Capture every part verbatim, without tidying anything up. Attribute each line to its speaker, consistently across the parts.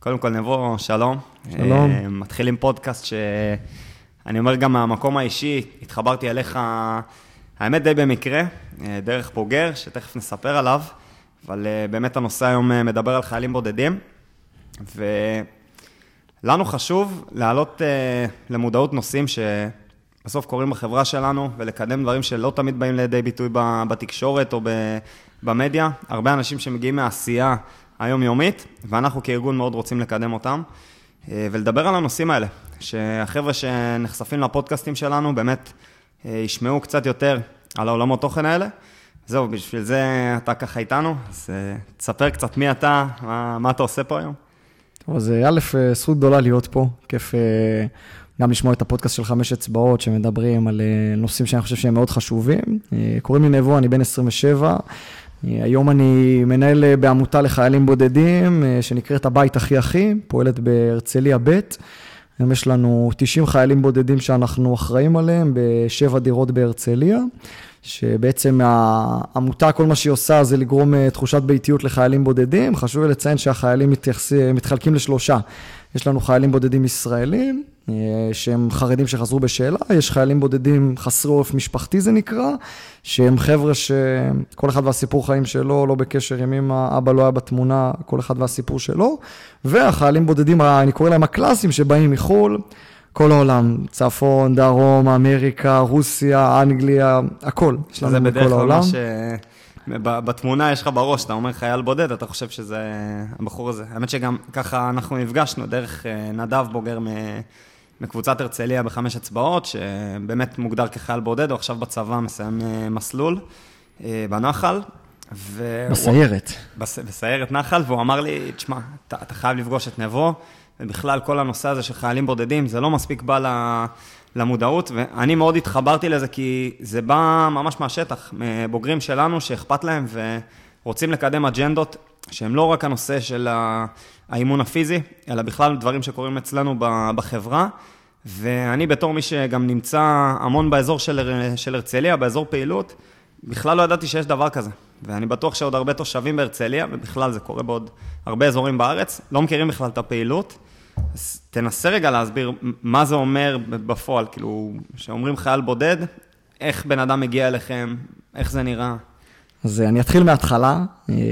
Speaker 1: קודם כל נבוא, שלום.
Speaker 2: שלום.
Speaker 1: מתחילים פודקאסט שאני אומר גם מהמקום האישי, התחברתי אליך, האמת די במקרה, דרך בוגר, שתכף נספר עליו, אבל באמת הנושא היום מדבר על חיילים בודדים, ולנו חשוב להעלות למודעות נושאים שבסוף קורים בחברה שלנו, ולקדם דברים שלא תמיד באים לידי ביטוי בתקשורת או במדיה. הרבה אנשים שמגיעים מהעשייה היומיומית, ואנחנו כארגון מאוד רוצים לקדם אותם, ולדבר על הנושאים האלה, שהחבר'ה שנחשפים לפודקאסטים שלנו באמת ישמעו קצת יותר על העולמות תוכן האלה. זהו, בשביל זה אתה ככה איתנו, אז תספר קצת מי אתה, מה, מה אתה עושה פה היום.
Speaker 2: טוב, אז א', זכות גדולה להיות פה, כיף גם לשמוע את הפודקאסט של חמש אצבעות, שמדברים על נושאים שאני חושב שהם מאוד חשובים. קוראים לי נבו, אני בן עשרים ושבע, היום אני מנהל בעמותה לחיילים בודדים, שנקראת הבית הכי הכי, פועלת בהרצליה ב'. היום יש לנו תשעים חיילים בודדים שאנחנו אחראים עליהם, בשבע דירות בהרצליה, שבעצם העמותה, כל מה שהיא עושה זה לגרום תחושת ביתיות לחיילים בודדים. חשוב לציין שהחיילים מתייחסים, מתחלקים לשלושה. יש לנו חיילים בודדים ישראלים, שהם חרדים שחזרו בשאלה, יש חיילים בודדים חסרי עורף משפחתי זה נקרא, שהם חבר'ה שכל אחד והסיפור חיים שלו, לא בקשר עם אמא, אבא לא היה בתמונה, כל אחד והסיפור שלו, והחיילים בודדים, אני קורא להם הקלאסים שבאים מחול, כל העולם, צפון, דרום, אמריקה, רוסיה, אנגליה, הכל.
Speaker 1: זה בדרך כלל מה ש... בתמונה יש לך בראש, אתה אומר חייל בודד, אתה חושב שזה הבחור הזה. האמת שגם ככה אנחנו נפגשנו דרך נדב בוגר מקבוצת הרצליה בחמש אצבעות, שבאמת מוגדר כחייל בודד, או עכשיו בצבא מסיים מסלול בנחל.
Speaker 2: בסיירת.
Speaker 1: בסיירת נחל, והוא אמר לי, תשמע, אתה, אתה חייב לפגוש את נבו, ובכלל כל הנושא הזה של חיילים בודדים, זה לא מספיק בא ל... למודעות, ואני מאוד התחברתי לזה, כי זה בא ממש מהשטח, מבוגרים שלנו שאכפת להם ורוצים לקדם אג'נדות, שהם לא רק הנושא של האימון הפיזי, אלא בכלל דברים שקורים אצלנו בחברה, ואני בתור מי שגם נמצא המון באזור של, של הרצליה, באזור פעילות, בכלל לא ידעתי שיש דבר כזה, ואני בטוח שעוד הרבה תושבים בהרצליה, ובכלל זה קורה בעוד הרבה אזורים בארץ, לא מכירים בכלל את הפעילות, אז תנסה רגע להסביר מה זה אומר בפועל, כאילו, שאומרים חייל בודד, איך בן אדם מגיע אליכם, איך זה נראה?
Speaker 2: אז אני אתחיל מההתחלה,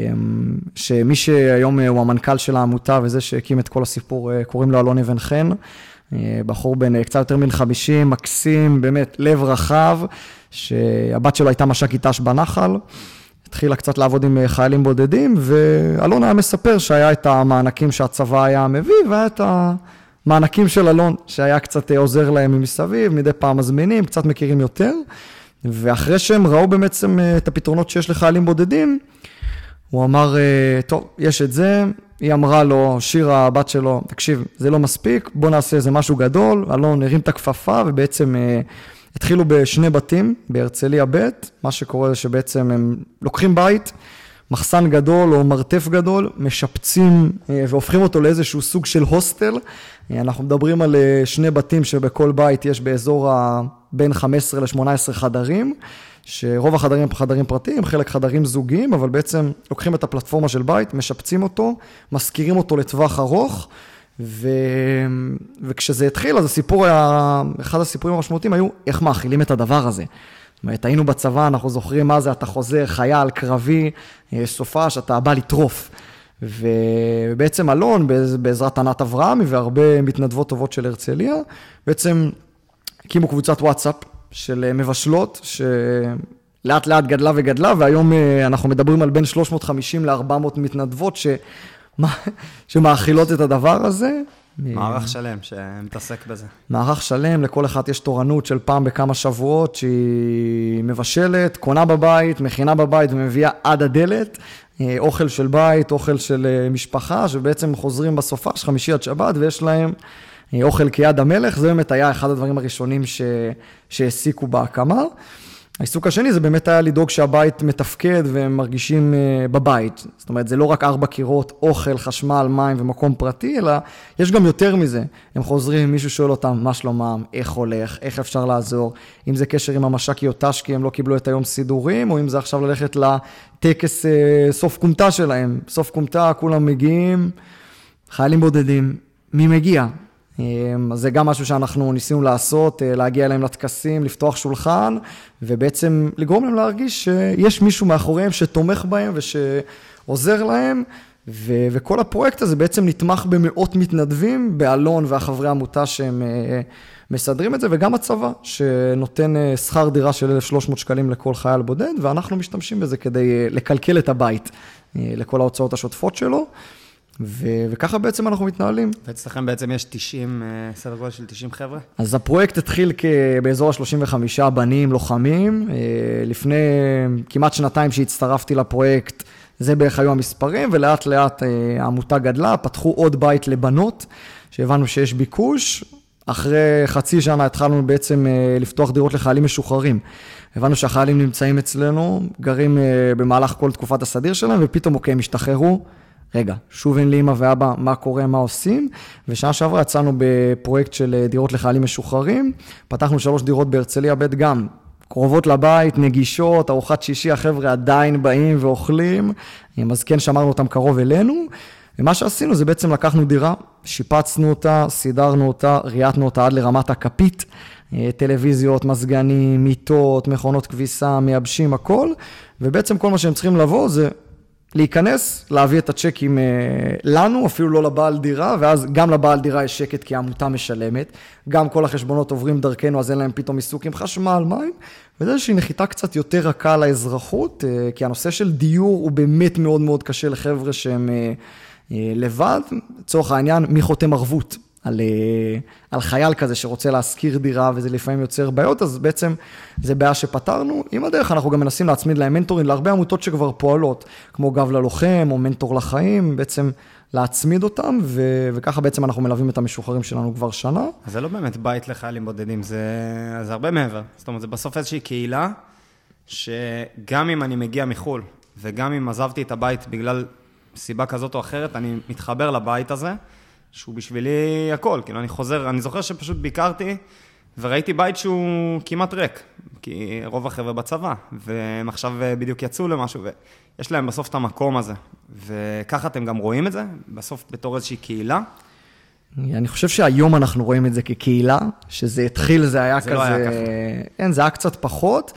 Speaker 2: שמי שהיום הוא המנכ"ל של העמותה, וזה שהקים את כל הסיפור, קוראים לו אלון אבן חן, בחור בן קצת יותר מן חמישים, מקסים, באמת לב רחב, שהבת שלו הייתה מש"ק ת"ש בנחל, התחילה קצת לעבוד עם חיילים בודדים, ואלון היה מספר שהיה את המענקים שהצבא היה מביא, והיה את המענקים של אלון, שהיה קצת עוזר להם מסביב, מדי פעם מזמינים, קצת מכירים יותר, ואחרי שהם ראו בעצם את הפתרונות שיש לחיילים בודדים, הוא אמר, טוב, יש את זה, היא אמרה לו, שירה, הבת שלו, תקשיב, זה לא מספיק, בוא נעשה איזה משהו גדול, אלון הרים את הכפפה, ובעצם התחילו בשני בתים, בהרצליה ב', מה שקורה זה שבעצם הם לוקחים בית, מחסן גדול או מרתף גדול, משפצים והופכים אותו לאיזשהו סוג של הוסטל. אנחנו מדברים על שני בתים שבכל בית יש באזור בין חמש עשרה ל-שמונה עשרה חדרים, שרוב החדרים הם חדרים פרטיים, חלק חדרים זוגיים, אבל בעצם לוקחים את הפלטפורמה של בית, משפצים אותו, מזכירים אותו לטווח ארוך, ו... וכשזה התחיל, אז הסיפור היה, אחד הסיפורים המשמעותיים היו איך מאכילים את הדבר הזה. זאת אומרת, היינו בצבא, אנחנו זוכרים מה זה, אתה חוזר, חייל, קרבי, סופה, שאתה בא לטרוף. ובעצם אלון, בעזרת ענת אברהמי והרבה מתנדבות טובות של הרצליה, בעצם הקימו קבוצת וואטסאפ של מבשלות, שלאט לאט גדלה וגדלה, והיום אנחנו מדברים על בין שלוש מאות וחמישים ל-ארבע מאות מתנדבות, ש... שמאכילות את הדבר הזה.
Speaker 1: מערך שלם שמתעסק בזה.
Speaker 2: מערך שלם, לכל אחד יש תורנות של פעם בכמה שבועות, שהיא מבשלת, קונה בבית, מכינה בבית ומביאה עד הדלת, אוכל של בית, אוכל של משפחה, שבעצם חוזרים בסופה, חמישי עד שבת, ויש להם אוכל כיד המלך. זה באמת היה אחד הדברים הראשונים ש... שהעסיקו בהקמה. העיסוק השני זה באמת היה לדאוג שהבית מתפקד והם מרגישים בבית. זאת אומרת, זה לא רק ארבע קירות, אוכל, חשמל, מים ומקום פרטי, אלא יש גם יותר מזה. הם חוזרים, מישהו שואל אותם, מה שלומם, איך הולך, איך אפשר לעזור, אם זה קשר עם המש"קי או ת"ש, כי הם לא קיבלו את היום סידורים, או אם זה עכשיו ללכת לטקס סוף קומטה שלהם. סוף קומטה, כולם מגיעים, חיילים בודדים, מי מגיע? אז זה גם משהו שאנחנו ניסינו לעשות, להגיע אליהם לטקסים, לפתוח שולחן, ובעצם לגרום להם להרגיש שיש מישהו מאחוריהם שתומך בהם ושעוזר להם, ו- וכל הפרויקט הזה בעצם נתמך במאות מתנדבים, באלון והחברי עמותה שהם מסדרים את זה, וגם הצבא שנותן שכר דירה של אלף ושלוש מאות שקלים לכל חייל בודד, ואנחנו משתמשים בזה כדי לקלקל את הבית לכל ההוצאות השוטפות שלו, ו- וככה בעצם אנחנו מתנהלים.
Speaker 1: ואצלכם בעצם יש תשעים, סדר גודל של תשעים חבר'ה?
Speaker 2: אז הפרויקט התחיל באזור ה-שלושים וחמישה בנים, לוחמים. לפני כמעט שנתיים שהצטרפתי לפרויקט, זה בערך היו המספרים, ולאט לאט העמותה גדלה, פתחו עוד בית לבנות, שהבנו שיש ביקוש. אחרי חצי שנה התחלנו בעצם לפתוח דירות לחיילים משוחררים. הבנו שהחיילים נמצאים אצלנו, גרים במהלך כל תקופת הסדיר שלהם, ופתאום אוקיי, משתחררו. רגע, שוב אין לי אמא ואבא, מה קורה, מה עושים, ושעה שעברה יצאנו בפרויקט של דירות לחיילים משוחררים, פתחנו שלוש דירות בהרצליה בית גם, קרובות לבית, נגישות, ארוחת שישי, החבר'ה עדיין באים ואוכלים, אז כן שמרנו אותם קרוב אלינו, ומה שעשינו זה בעצם לקחנו דירה, שיפצנו אותה, סידרנו אותה, ריאטנו אותה עד לרמת הכפית, טלוויזיות, מזגנים, מיטות, מכונות כביסה, מייבשים, הכל, ובעצם כל מה שהם צריכים לבוא זה להיכנס, להביא את הצ'קים לנו, אפילו לא לבעל דירה, ואז גם לבעל דירה יש שקט כי העמותה משלמת, גם כל החשבונות עוברים דרכנו, אז אין להם פתאום עיסוק עם חשמל, מים, וזה איזושהי נחיתה קצת יותר רכה לאזרחות, כי הנושא של דיור הוא באמת מאוד מאוד קשה לחבר'ה שהם לבד, לצורך העניין, מי חותם ערבות על, על חייל כזה שרוצה להשכיר דירה, וזה לפעמים יוצר בעיות, אז בעצם זה בעיה שפתרנו. עם הדרך אנחנו גם מנסים להצמיד להם מנטורים, להרבה עמותות שכבר פועלות, כמו גב ללוחם או מנטור לחיים, בעצם להצמיד אותם, ו- וככה בעצם אנחנו מלווים את המשוחררים שלנו כבר שנה.
Speaker 1: אז זה לא באמת בית לחיילים בודדים, זה, זה הרבה מעבר. זאת אומרת, זה בסוף איזושהי קהילה, שגם אם אני מגיע מחול, וגם אם עזבתי את הבית בגלל סיבה כזאת או אחרת, אני מתחבר לבית הזה, שהוא בשבילי הכל, כאילו אני חוזר, אני זוכר שפשוט ביקרתי, וראיתי בית שהוא כמעט ריק, כי רוב החבר'ה בצבא, והם עכשיו בדיוק יצאו למשהו, ויש להם בסוף את המקום הזה, וככה אתם גם רואים את זה, בסוף בתור איזושהי קהילה.
Speaker 2: אני חושב שהיום אנחנו רואים את זה כקהילה, שזה התחיל, זה היה
Speaker 1: זה
Speaker 2: כזה,
Speaker 1: לא היה ככה.
Speaker 2: אין, זה היה קצת פחות,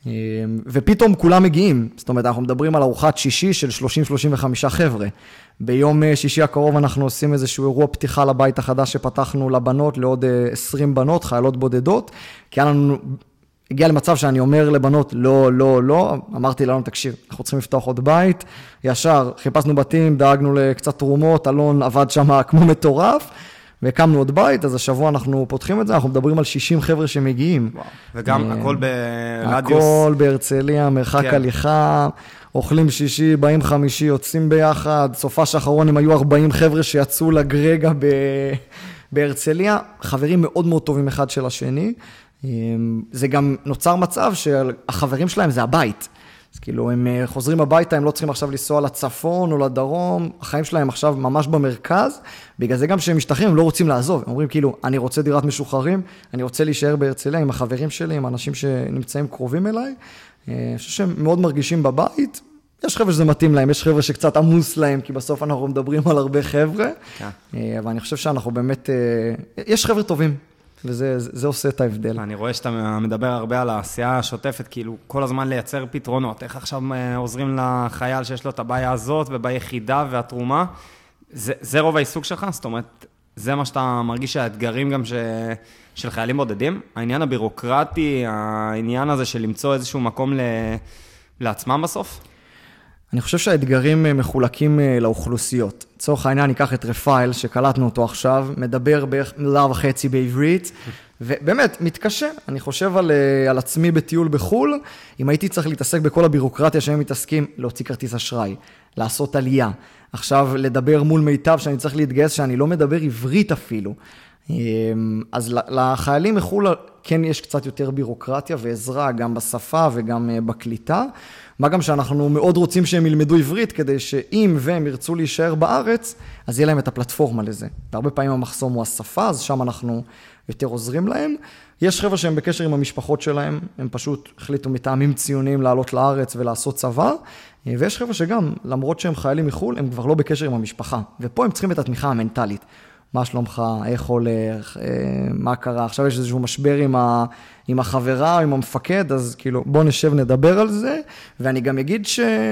Speaker 2: ופתאום כולם מגיעים, זאת אומרת, אנחנו מדברים על ארוחת שישי של שלושים שלושים וחמישה חבר'ה. ביום שישי הקרוב אנחנו עושים איזשהו אירוע פתיחה לבית החדש שפתחנו לבנות, לעוד עשרים בנות, חיילות בודדות, כי לנו, הגיע למצב שאני אומר לבנות, לא, לא, לא, אמרתי לנו, תקשיב, אנחנו צריכים לפתוח עוד בית, ישר, חיפשנו בתים, דאגנו לקצת תרומות, אלון עבד שם כמו מטורף, והקמנו עוד בית, אז השבוע אנחנו פותחים את זה, אנחנו מדברים על שישים חבר'ה שמגיעים.
Speaker 1: וואו. וגם הכל ברדיוס.
Speaker 2: הכל בהרצליה, מרחק כן. הליכה, אוכלים שישי, באים חמישי, יוצאים ביחד, סופה שאחרון הם היו ארבעים חבר'ה שיצאו לגרגע ב... בהרצליה, חברים מאוד מאוד טובים אחד של השני, זה גם נוצר מצב שהחברים שלהם זה הבית, אז כאילו הם חוזרים הביתה, הם לא צריכים עכשיו לנסוע לצפון או לדרום, החיים שלהם עכשיו ממש במרכז, בגלל זה גם שהם משתחררים, הם לא רוצים לעזוב, הם אומרים כאילו, אני רוצה דירת משוחררים, אני רוצה להישאר בהרצליה עם החברים שלי, עם האנשים שנמצאים קרובים אליי, אני חושב שהם מאוד מרגישים בבית, יש חבר'ה שזה מתאים להם, יש חבר'ה שקצת עמוס להם, כי בסוף אנחנו מדברים על הרבה חבר'ה, אבל אני חושב שאנחנו באמת, יש חבר'ה טובים, וזה זה, זה עושה את ההבדל.
Speaker 1: אני רואה שאתה מדבר הרבה על העשייה השוטפת, כאילו כל הזמן לייצר פתרונות, איך עכשיו עוזרים לחייל שיש לו את הבעיה הזאת, וביחידה והתרומה, זה, זה רוב העיסוק שלך? זאת אומרת, זה מה שאתה מרגיש שהאתגרים גם ש... של חיילים בודדים? העניין הבירוקרטי, העניין הזה של למצוא איזשהו מקום ל... לעצמם בסוף?
Speaker 2: אני חושב שהאתגרים מחולקים לאוכלוסיות. לצורך העניין, ניקח את רפאל, שקלטנו אותו עכשיו, מדבר בערך מילה וחצי בעברית, ובאמת, מתקשה. אני חושב על, על עצמי בטיול בחול, אם הייתי צריך להתעסק בכל הבירוקרטיה שהם מתעסקים, להוציא כרטיס אשראי, לעשות עלייה. עכשיו, לדבר מול מיטב שאני צריך להתגייס, שאני לא מדבר עברית אפילו. אז לחיילים מחול כן יש קצת יותר בירוקרטיה ועזרה, גם בשפה וגם בקליטה, מה גם שאנחנו מאוד רוצים שהם ילמדו עברית, כדי שאם והם ירצו להישאר בארץ, אז יהיה להם את הפלטפורמה לזה. והרבה פעמים המחסום הוא השפה, אז שם אנחנו יותר עוזרים להם. יש חבר'ה שהם בקשר עם המשפחות שלהם, הם פשוט החליטו מטעמים ציוניים לעלות לארץ ולעשות צבא, ויש חבר'ה שגם, למרות שהם חיילים מחול, הם כבר לא בקשר עם המשפחה, ופה הם צריכים את התמיכה המנטלית. מה שלומך, איך הולך, מה קרה, עכשיו יש איזשהו משבר עם, ה, עם החברה, עם המפקד, אז כאילו בוא נשב נדבר על זה, ואני גם אגיד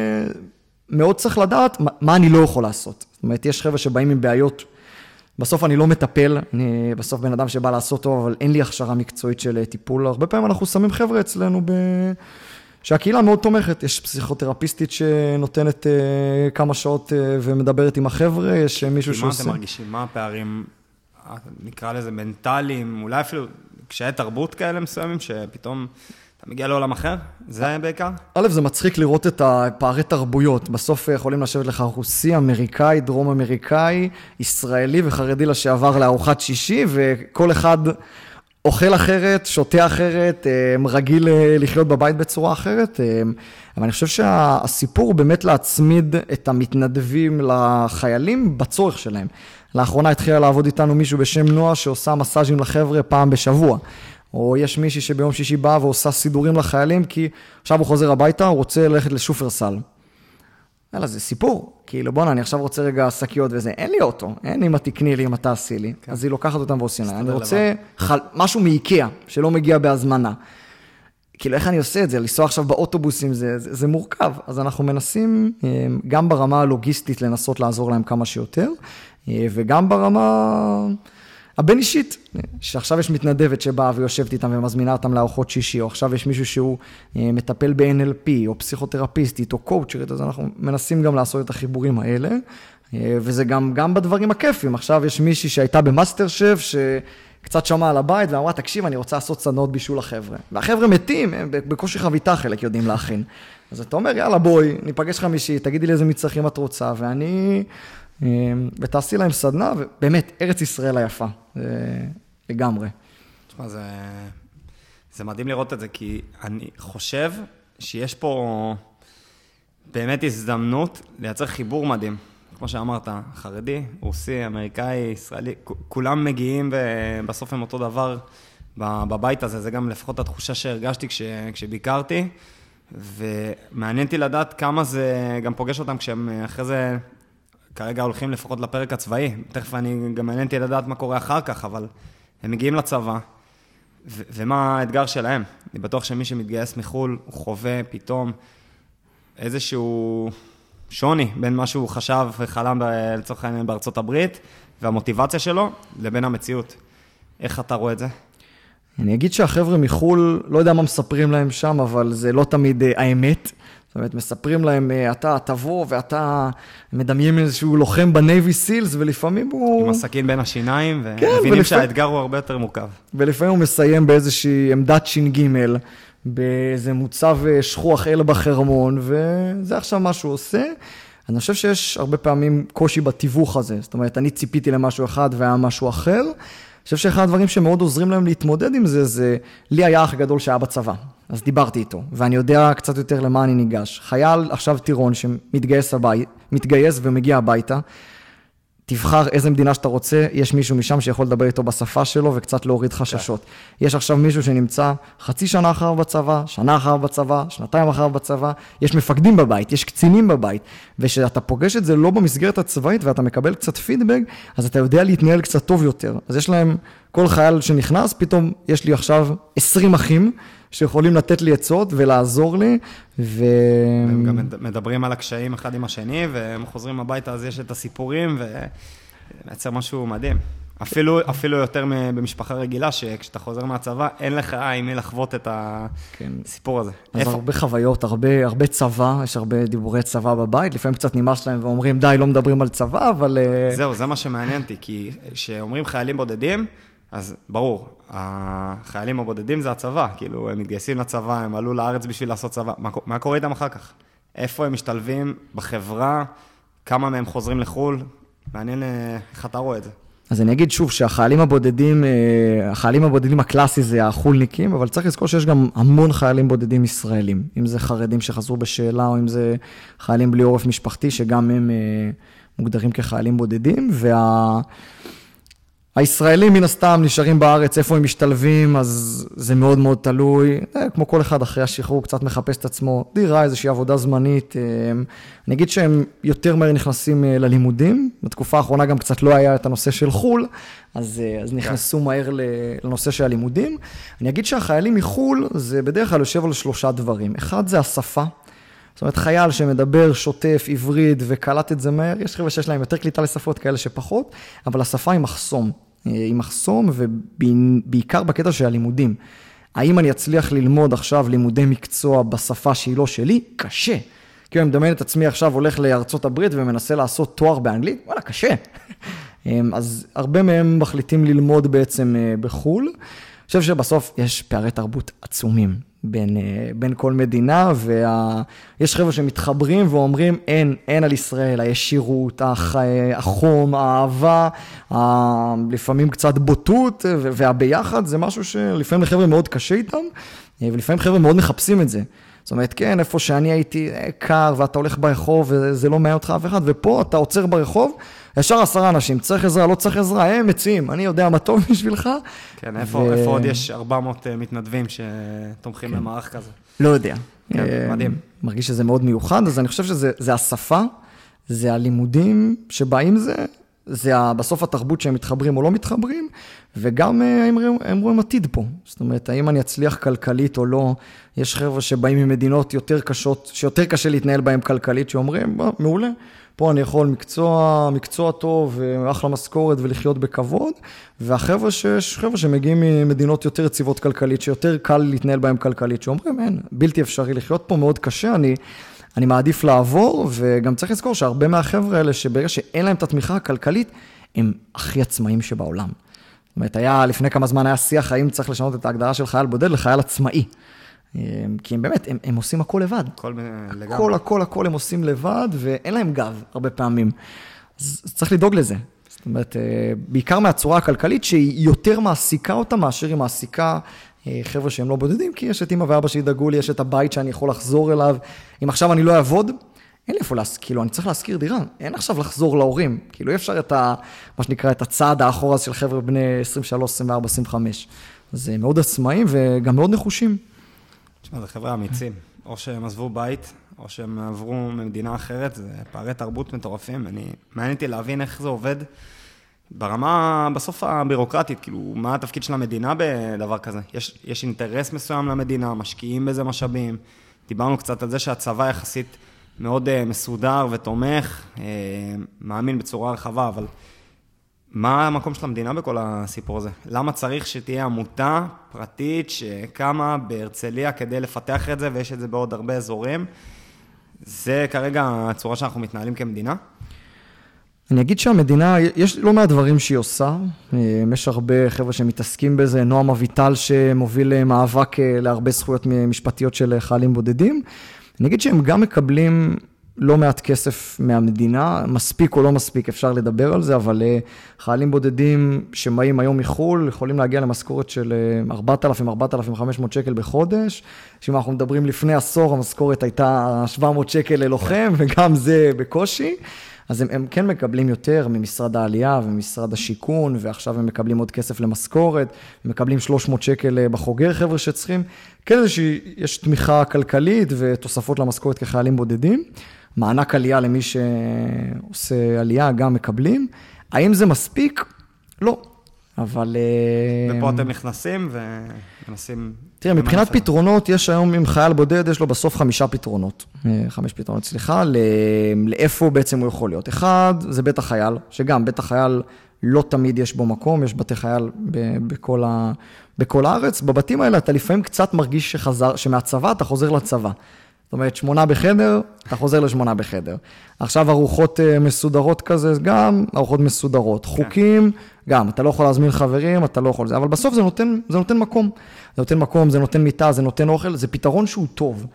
Speaker 2: שמאוד צריך לדעת מה, מה אני לא יכול לעשות. זאת אומרת, יש חבר'ה שבאים עם בעיות, בסוף אני לא מטפל, אני בסוף בן אדם שבא לעשות טוב, אבל אין לי הכשרה מקצועית של טיפול, הרבה פעמים אנחנו שמים חבר'ה אצלנו ב... שהקהילה מאוד תומכת, יש פסיכותרפיסטית שנותנת uh, כמה שעות uh, ומדברת עם החבר'ה, יש מישהו שעושה...
Speaker 1: מה אתם מרגישים? מה הפערים, נקרא לזה מנטליים, אולי אפילו קשיי תרבות כאלה מסוימים, שפתאום אתה מגיע לעולם אחר? זה בעיקר?
Speaker 2: א', זה מצחיק לראות את הפערי תרבויות, בסוף יכולים לשבת לך רוסי, אמריקאי, דרום אמריקאי, ישראלי וחרדי לשעבר לארוחת שישי, וכל אחד... אוכל אחרת, שותה אחרת, רגיל לחיות בבית בצורה אחרת, אבל אני חושב שהסיפור הוא באמת להצמיד את המתנדבים לחיילים בצורך שלהם. לאחרונה התחילה לעבוד איתנו מישהו בשם נועה שעושה מסאז'ים לחבר'ה פעם בשבוע, או יש מישהי שביום שישי באה ועושה סידורים לחיילים, כי עכשיו הוא חוזר הביתה, הוא רוצה ללכת לשופרסל. אלא זה סיפור, כאילו בוא'נה, אני עכשיו רוצה רגע שקיות וזה, אין לי אוטו, אין אם תקני לי, אם אתה עשי לי, כן. אז היא לוקחת אותם ועושים לה, אני רוצה חל... משהו מאיקאה, שלא מגיע בהזמנה, כאילו איך אני עושה את זה, לנסוע עכשיו באוטובוסים, זה, זה, זה מורכב, אז אנחנו מנסים גם ברמה הלוגיסטית לנסות לעזור להם כמה שיותר, וגם ברמה הבין אישית, שעכשיו יש מתנדבת שבאה ויושבת איתם ומזמינה אותם לארוחות שישי, או עכשיו יש מישהו שהוא מטפל ב-אן אל פי, או פסיכותרפיסטית, או קואוצ'רית, אז אנחנו מנסים גם לעשות את החיבורים האלה, וזה גם, גם בדברים הכיפים. עכשיו יש מישהי שהייתה במאסטר שף, שקצת שמעה על הבית, ואמרה, תקשיב, אני רוצה לעשות סדנאות בישול לחבר'ה. והחבר'ה מתים, הם בקושי חביתה חלק יודעים להכין. אז אתה אומר, יאללה, בואי, ניפגש חמישי, תגידי לי איזה מצרכים את רוצה, ואני... ותעשי להם סדנה, ובאמת, ארץ ישראל היפה, לגמרי.
Speaker 1: תשמע, זה, זה מדהים לראות את זה, כי אני חושב שיש פה באמת הזדמנות לייצר חיבור מדהים. כמו שאמרת, חרדי, רוסי, אמריקאי, ישראלי, כולם מגיעים ובסוף הם אותו דבר בבית הזה. זה גם לפחות התחושה שהרגשתי כש, כשביקרתי, ומעניינתי לדעת כמה זה גם פוגש אותם כשהם אחרי זה... כרגע הולכים לפחות לפרק הצבאי, תכף אני גם מעניינתי לדעת מה קורה אחר כך, אבל הם מגיעים לצבא, ו- ומה האתגר שלהם? אני בטוח שמי שמתגייס מחול, הוא חווה פתאום איזשהו שוני בין מה שהוא חשב וחלם לצורך העניין בארצות הברית, והמוטיבציה שלו לבין המציאות. איך אתה רואה את זה?
Speaker 2: אני אגיד שהחבר'ה מחול, לא יודע מה מספרים להם שם, אבל זה לא תמיד האמת. זאת אומרת, מספרים להם, אתה תבוא ואתה מדמיין איזשהו לוחם בנייבי סילס, ולפעמים הוא...
Speaker 1: עם הסכין בין השיניים, ומבינים ולפ... שהאתגר הוא הרבה יותר מורכב.
Speaker 2: ולפעמים הוא מסיים באיזושהי עמדת ש"ג, באיזה מוצב שכוח אל בחרמון, וזה עכשיו מה שהוא עושה. אני חושב שיש הרבה פעמים קושי בתיווך הזה. זאת אומרת, אני ציפיתי למשהו אחד והיה משהו אחר. אני חושב שאחד הדברים שמאוד עוזרים להם להתמודד עם זה, זה לי היה אח גדול שהיה בצבא. אז דיברתי איתו, ואני יודע קצת יותר למה אני ניגש. חייל עכשיו טירון שמתגייס הבית, מתגייס ומגיע הביתה, תבחר איזה מדינה שאתה רוצה, יש מישהו משם שיכול לדבר איתו בשפה שלו וקצת להוריד חששות. יש עכשיו מישהו שנמצא חצי שנה אחר בצבא, שנה אחר בצבא, שנתיים אחר בצבא, יש מפקדים בבית, יש קצינים בבית, ושאתה פוגש את זה לא במסגרת הצבאית ואתה מקבל קצת פידבק, אז אתה יודע להתנהל קצת טוב יותר. אז יש להם, כל חייל שנכנס, פתאום יש לי עכשיו עשרים אחים, שיכולים לתת לי עצות ולעזור לי, ו...
Speaker 1: הם גם מדברים על הקשיים אחד עם השני, והם חוזרים הביתה, אז יש את הסיפורים, ומייצר משהו מדהים. אפילו, אפילו יותר במשפחה רגילה, שכשאתה חוזר מהצבא, אין לך עם מי לחוות את הסיפור הזה.
Speaker 2: אז איפה? הרבה חוויות, הרבה, הרבה צבא, יש הרבה דיבורי צבא בבית, לפעמים קצת נמאס להם ואומרים, די, לא מדברים על צבא, אבל...
Speaker 1: זהו, זה מה שמעניינתי, כי כשאומרים חיילים בודדים, אז ברור, החיילים הבודדים זה הצבא, כאילו הם מתגייסים לצבא, הם עלו לארץ בשביל לעשות צבא, מה, מה קורה איתם אחר כך? איפה הם משתלבים בחברה, כמה מהם חוזרים לחול, מעניין איך אתה רואה את זה.
Speaker 2: אז אני אגיד שוב שהחיילים הבודדים, החיילים הבודדים הקלאסי זה החולניקים, אבל צריך לזכור שיש גם המון חיילים בודדים ישראלים, אם זה חרדים שחזרו בשאלה, או אם זה חיילים בלי עורף משפחתי, שגם הם מוגדרים כחיילים בודדים, וה... הישראלים מן הסתם נשארים בארץ, איפה הם משתלבים, אז זה מאוד מאוד תלוי, כמו כל אחד אחרי השחרור, קצת מחפש את עצמו, דירה, איזושהי עבודה זמנית, אני אגיד שהם יותר מהר נכנסים ללימודים, בתקופה האחרונה גם קצת לא היה את הנושא של חול, אז, אז נכנסו מהר לנושא של הלימודים, אני אגיד שהחיילים מחול, זה בדרך כלל יושב על שלושה דברים, אחד זה השפה, זאת אומרת, חייל שמדבר שוטף, עברית וקלט את זה מהר, יש חבר'ה שיש להם יותר קליטה לשפות, כאלה שפחות, אבל השפה היא מחסום. היא מחסום, ובעיקר בקטע של הלימודים. האם אני אצליח ללמוד עכשיו לימודי מקצוע בשפה שהיא לא שלי? קשה. כי אני מדמיין את עצמי עכשיו הולך לארצות הברית ומנסה לעשות תואר באנגלית, וואלה, קשה. אז הרבה מהם מחליטים ללמוד בעצם בחול. אני חושב שבסוף יש פערי תרבות עצומים. בין, בין כל מדינה, ויש חבר'ה שמתחברים ואומרים, אין, אין על ישראל, הישירות, הח, החום, האהבה, ה, לפעמים קצת בוטות, והביחד זה משהו שלפעמים לחבר'ה מאוד קשה איתם, ולפעמים חבר'ה מאוד מחפשים את זה. זאת אומרת, כן, איפה שאני הייתי קר, ואתה הולך ברחוב, וזה לא מעניין אותך אף אחד, ופה אתה עוצר ברחוב, ישר עשרה אנשים, צריך עזרה, לא צריך עזרה, הם מציעים, אני יודע מה טוב בשבילך.
Speaker 1: כן, איפה, ו... איפה עוד יש ארבע מאות מתנדבים שתומכים כן. במערך כזה?
Speaker 2: לא יודע.
Speaker 1: כן, מדהים.
Speaker 2: מרגיש שזה מאוד מיוחד, אז אני חושב שזה השפה, זה הלימודים שבאים זה, זה בסוף התרבות שהם מתחברים או לא מתחברים, וגם הם, הם רואים עתיד פה. זאת אומרת, האם אני אצליח כלכלית או לא, יש חבר'ה שבאים ממדינות יותר קשות, שיותר קשה להתנהל בהם כלכלית, שאומרים, מעולה, פה אני יכול מקצוע, מקצוע טוב, אחלה משכורת ולחיות בכבוד, והחבר'ה שיש, חבר'ה שמגיעים ממדינות יותר יציבות כלכלית, שיותר קל להתנהל בהם כלכלית, שאומרים, אין, בלתי אפשרי לחיות פה מאוד קשה, אני, אני מעדיף לעבור, וגם צריך לזכור שהרבה מהחבר'ה האלה, שברגע שאין להם את התמיכה הכלכלית, הם הכי עצמאים שבעולם. זאת אומרת, היה, לפני כמה זמן היה שיח, האם צריך לשנות את ההגדרה של חייל בודד לחייל עצמאי. כי הם באמת, הם, הם עושים הכל לבד.
Speaker 1: הכל לגמרי.
Speaker 2: הכל, הכל, הכל הם עושים לבד, ואין להם גב הרבה פעמים. אז צריך לדאוג לזה. זאת אומרת, בעיקר מהצורה הכלכלית, שהיא יותר מעסיקה אותה, מאשר היא מעסיקה חבר'ה שהם לא בודדים, כי יש את אמא ואבא שידאגו לי, יש את הבית שאני יכול לחזור אליו. אם עכשיו אני לא אעבוד, אין לי איפה להזכיר, כאילו, אני צריך להזכיר דירה. אין עכשיו לחזור להורים. כאילו, אי אפשר את ה, מה שנקרא, את הצעד האחורה של חבר'ה בני עשרים ושלוש, עשרים וארבע, עשרים וחמש. אז הם מאוד עצמאים וגם מאוד נחושים.
Speaker 1: תשמע, זה חבר'ה אמיצים. או שהם עזבו בית, או שהם עברו ממדינה אחרת, זה פערי תרבות מטורפים. אני, מעניין אותי להבין איך זה עובד ברמה, בסוף הבירוקרטית, כאילו, מה התפקיד של המדינה בדבר כזה? יש, יש אינטרס מסוים למדינה, משקיעים בזה משאבים. דיברנו קצת על זה שהצבא יחסית מאוד uh, מסודר ותומך, uh, מאמין בצורה רחבה, אבל מה המקום של המדינה בכל הסיפור הזה? למה צריך שתהיה עמותה פרטית שקמה בהרצליה כדי לפתח את זה, ויש את זה בעוד הרבה אזורים? זה כרגע הצורה שאנחנו מתנהלים כמדינה?
Speaker 2: אני אגיד שהמדינה, יש לא מעט דברים שהיא עושה, יש הרבה חבר'ה שמתעסקים בזה, נועם אביטל שמוביל מאבק להרבה זכויות משפטיות של חיילים בודדים, אני אגיד שהם גם מקבלים לא מעט כסף מהמדינה, מספיק או לא מספיק, אפשר לדבר על זה, אבל חיילים בודדים שבאים היום מחול, יכולים להגיע למשכורת של ארבעת אלפים עד ארבעת אלפים וחמש מאות שקל בחודש, שאם אנחנו מדברים לפני עשור, המשכורת הייתה שבע מאות שקל ללוחם, וגם זה בקושי, אז הם, הם כן מקבלים יותר ממשרד העלייה ומשרד השיכון, ועכשיו הם מקבלים עוד כסף למשכורת, הם מקבלים שלוש מאות שקל בחוגר חבר'ה שצריכים, כן יש תמיכה כלכלית ותוספות למשכורת כחיילים בודדים, מענק עלייה למי שעושה עלייה גם מקבלים, האם זה מספיק? לא, אבל...
Speaker 1: ופה אתם נכנסים ומנסים...
Speaker 2: תראה, מבחינת פתרונות, יש היום עם חייל בודד, יש לו בסוף חמישה פתרונות, חמש פתרונות, סליחה, לאיפה בעצם הוא יכול להיות. אחד, זה בית החייל, שגם בית החייל לא תמיד יש בו מקום, יש בתי חייל בכל, ה... בכל הארץ. בבתים האלה אתה לפעמים קצת מרגיש שחזר, שמהצבא אתה חוזר לצבא. זאת אומרת, שמונה בחדר, אתה חוזר לשמונה בחדר. עכשיו ארוחות מסודרות כזה, גם ארוחות מסודרות. חוקים, גם, אתה לא יכול להזמין חברים, אתה לא יכול זה, אבל בסוף זה נותן, זה נותן מקום. זה נותן מקום, זה נותן מיטה, זה נותן אוכל, זה פתרון שהוא טוב.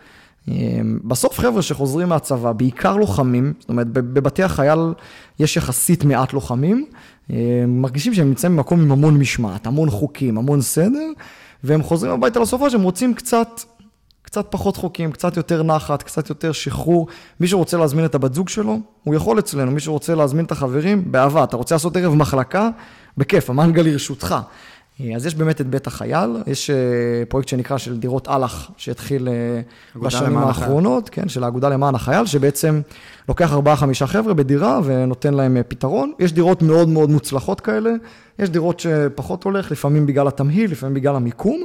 Speaker 2: בסוף חבר'ה שחוזרים מהצבא, בעיקר לוחמים, זאת אומרת, בבתי החייל יש יחסית מעט לוחמים, מרגישים שהם נמצאים במקום עם המון משמעת, המון חוקים, המון סדר, והם חוזרים הביתה לסופה שהם רוצים קצת, קצת פחות חוקים, קצת יותר נחת, קצת יותר שחרור. מי שרוצה להזמין את הבת זוג שלו, הוא יכול אצלנו. מי שרוצה להזמין את החברים, באהבה. אתה רוצה לעשות ערב מחלקה? בכיף, המנגל לרשותך. אז יש באמת את בית החייל, יש פרויקט שנקרא של דירות אלח, שהתחיל בשנים האחרונות, כן, של האגודה למען החייל, שבעצם לוקח ארבעה, חמישה חבר'ה בדירה ונותן להם פתרון. יש דירות מאוד מאוד מוצלחות כאלה, יש דירות שפחות הולך, לפעמים בגלל התמהיל, לפעמים בגלל המיקום.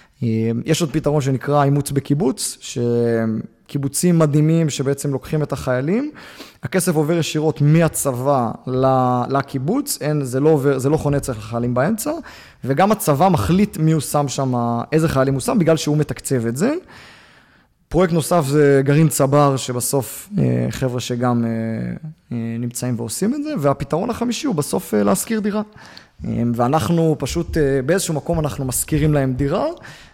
Speaker 2: יש עוד פתרון שנקרא אימוץ בקיבוץ, שקיבוצים מדהימים שבעצם לוקחים את החיילים, הכסף עובר ישירות מהצבא לקיבוץ, אין, זה לא עובר, זה לא חונה אצל החיילים באמצע, וגם הצבא מחליט מי הוא שם שם, איזה חיילים הוא שם, בגלל שהוא מתקצב את זה. פרויקט נוסף זה גרעין צבר, שבסוף חבר'ה שגם נמצאים ועושים את זה, והפתרון החמישי הוא בסוף להשכיר דירה. ואנחנו פשוט, באיזשהו מקום אנחנו מזכירים להם דירה,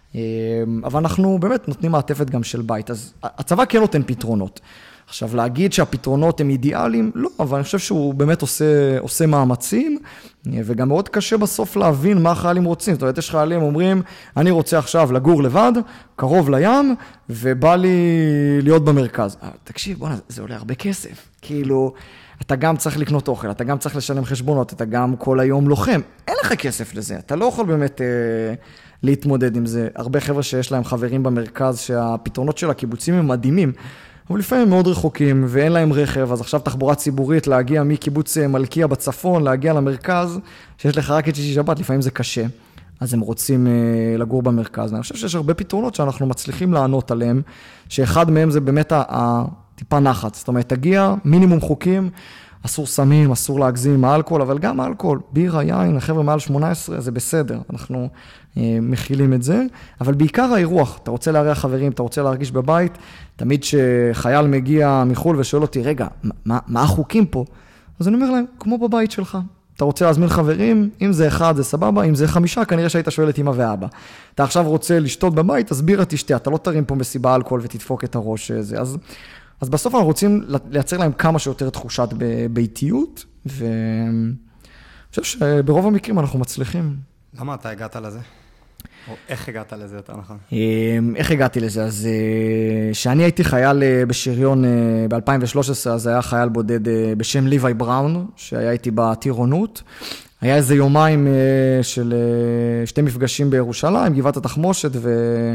Speaker 2: אבל אנחנו באמת נותנים מעטפת גם של בית. אז הצבא כן נותן פתרונות. עכשיו, להגיד שהפתרונות הם אידיאליים, לא, אבל אני חושב שהוא באמת עושה, עושה מאמצים, וגם מאוד קשה בסוף להבין מה החיילים רוצים. זאת אומרת, יש חיילים אומרים, אני רוצה עכשיו לגור לבד, קרוב לים, ובא לי להיות במרכז. תקשיב, בוא, זה עולה הרבה כסף. כאילו, אתה גם צריך לקנות אוכל, אתה גם צריך לשלם חשבונות, אתה גם כל היום לוחם. אין לך כסף לזה, אתה לא יכול באמת אה, להתמודד עם זה. הרבה חבר'ה שיש להם חברים במרכז, שהפתרונות של הקיבוצים הם מדהימים, אבל לפעמים הם מאוד רחוקים, ואין להם רכב, אז עכשיו תחבורה ציבורית, להגיע מקיבוץ מלכיה בצפון, להגיע למרכז, שיש לך רק את שישי שבת, לפעמים זה קשה. אז הם רוצים אה, לגור במרכז. אני חושב שיש הרבה פתרונות שאנחנו מצליחים לענות עליהם, שאחד מהם זה באמת ה... ה טיפה נחת, זאת אומרת, תגיע מינימום חוקים, אסור סמים, אסור להגזים עם האלכוהול, אבל גם האלכוהול, בירה, יין, החבר'ה מעל שמונה עשרה, זה בסדר, אנחנו אה, מכילים את זה, אבל בעיקר האירוח, אתה רוצה להריח חברים, אתה רוצה להרגיש בבית, תמיד שחייל מגיע מחול ושואל אותי, רגע, מה, מה החוקים פה? אז אני אומר להם, כמו בבית שלך, אתה רוצה להזמין חברים, אם זה אחד זה סבבה, אם זה חמישה, כנראה שהיית שואל את אמא ואבא. אתה עכשיו רוצה לשתות בבית, אז בירה תשתה, אתה לא תרים פה מסיבה אלכוהול ותדפוק את הראש, זה, אז אז בסוף אנחנו רוצים לייצר להם כמה שיותר תחושת ביתיות, ואני חושב שברוב המקרים אנחנו מצליחים.
Speaker 1: למה אתה הגעת לזה? או איך הגעת לזה יותר נכון?
Speaker 2: איך הגעתי לזה? אז שאני הייתי חייל בשריון ב-אלפיים ושלוש עשרה, אז היה חייל בודד בשם ליווי בראון, שהיה איתי בטירונות. היה איזה יומיים של שתי מפגשים בירושלים, גבעת התחמושת, ו...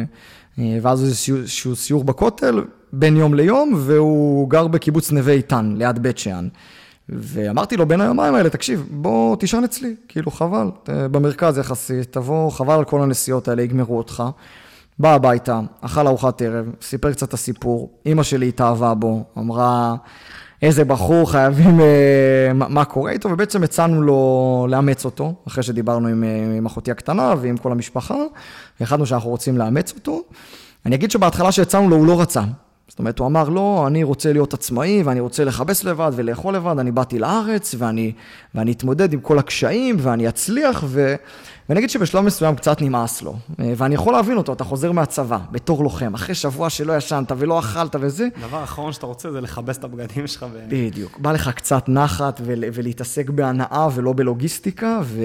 Speaker 2: ואז איזשהו סיור בכותל, בין יום ליום, והוא גר בקיבוץ נווה איתן, ליד בית שאן. ואמרתי לו בין היומיים האלה, תקשיב, בוא תישן אצלי, כאילו חבל, במרכז יחסית, תבוא, חבל על כל הנסיעות האלה, יגמרו אותך. בא הביתה, אכל ארוחת ערב, סיפר קצת את הסיפור, אמא שלי התאהבה בו, אמרה, איזה בחור, חייבים, מה, מה קורה איתו, ובעצם הצענו לו לאמץ אותו, אחרי שדיברנו עם, עם אחותי הקטנה ועם כל המשפחה, והחלטנו שאנחנו רוצים לאמץ אותו. אני אגיד שבהתחלה שהצענו לו הוא לא רצה, זאת אומרת, הוא אמר, לא, אני רוצה להיות עצמאי, ואני רוצה לחבס לבד ולאכול לבד, אני באתי לארץ, ואני, ואני אתמודד עם כל הקשיים, ואני אצליח, ו... ואני אגיד שבשלב מסוים קצת נמאס לו, ואני יכול להבין אותו, אתה חוזר מהצבא, בתור לוחם, אחרי שבוע שלא ישנת ולא אכלת וזה.
Speaker 1: הדבר האחרון שאתה רוצה זה לחבס את הבגדים שלך. ו...
Speaker 2: בדיוק, בא לך קצת נחת ול... ולהתעסק בהנאה ולא בלוגיסטיקה, ו...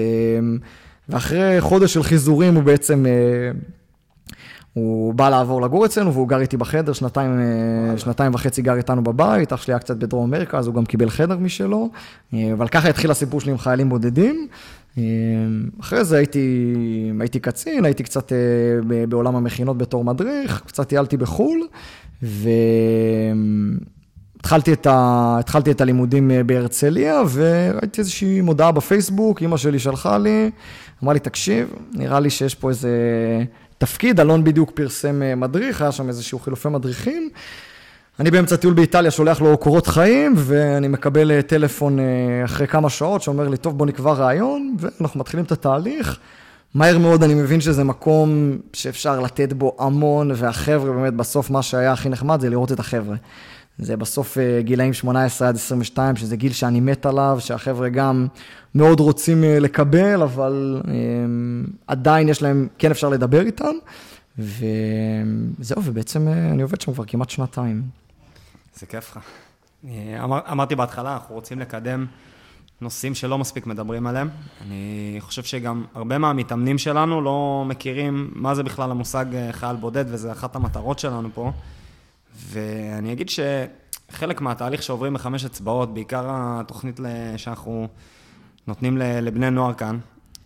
Speaker 2: ואחרי חודש של חיזורים הוא בעצם... הוא בא לעבור לגור אצלנו, והוא גר איתי בחדר, שנתיים, שנתיים וחצי גר איתנו בבית, אח שלי היה קצת בדרום אמריקה, אז הוא גם קיבל חדר משלו, אבל ככה התחיל הסיפור שלי עם חיילים בודדים. אחרי זה הייתי, הייתי קצין, הייתי קצת בעולם המכינות בתור מדריך, קצת טיילתי בחול, והתחלתי את, ה... התחלתי את הלימודים בהרצליה, וראיתי איזושהי מודעה בפייסבוק, אמא שלי שלחה לי, אמרה לי, תקשיב, נראה לי שיש פה איזה... תפקיד, אלון בדיוק פרסם מדריך, היה שם איזשהו חילופי מדריכים. אני באמצע טיול באיטליה שולח לו קורות חיים, ואני מקבל טלפון אחרי כמה שעות, שאומר לי, טוב, בוא נקבע רעיון, ואנחנו מתחילים את התהליך. מהר מאוד אני מבין שזה מקום שאפשר לתת בו המון, והחבר'ה באמת בסוף מה שהיה הכי נחמד זה לראות את החבר'ה. זה בסוף גילאים שמונה עשרה עד עשרים ושתיים, שזה גיל שאני מת עליו, שהחבר'ה גם מאוד רוצים לקבל, אבל עדיין יש להם, כן אפשר לדבר איתם, וזהו, ובעצם אני עובד שם כבר כמעט שנתיים.
Speaker 1: זה כיף לך. אמר, אמרתי בהתחלה, אנחנו רוצים לקדם נושאים שלא מספיק מדברים עליהם. אני חושב שגם הרבה מהמתאמנים שלנו לא מכירים מה זה בכלל המושג חייל בודד, וזה אחת המטרות שלנו פה. ואני אגיד שחלק מהתהליך שעוברים בחמש אצבעות, בעיקר התוכנית שאנחנו נותנים לבני נוער כאן,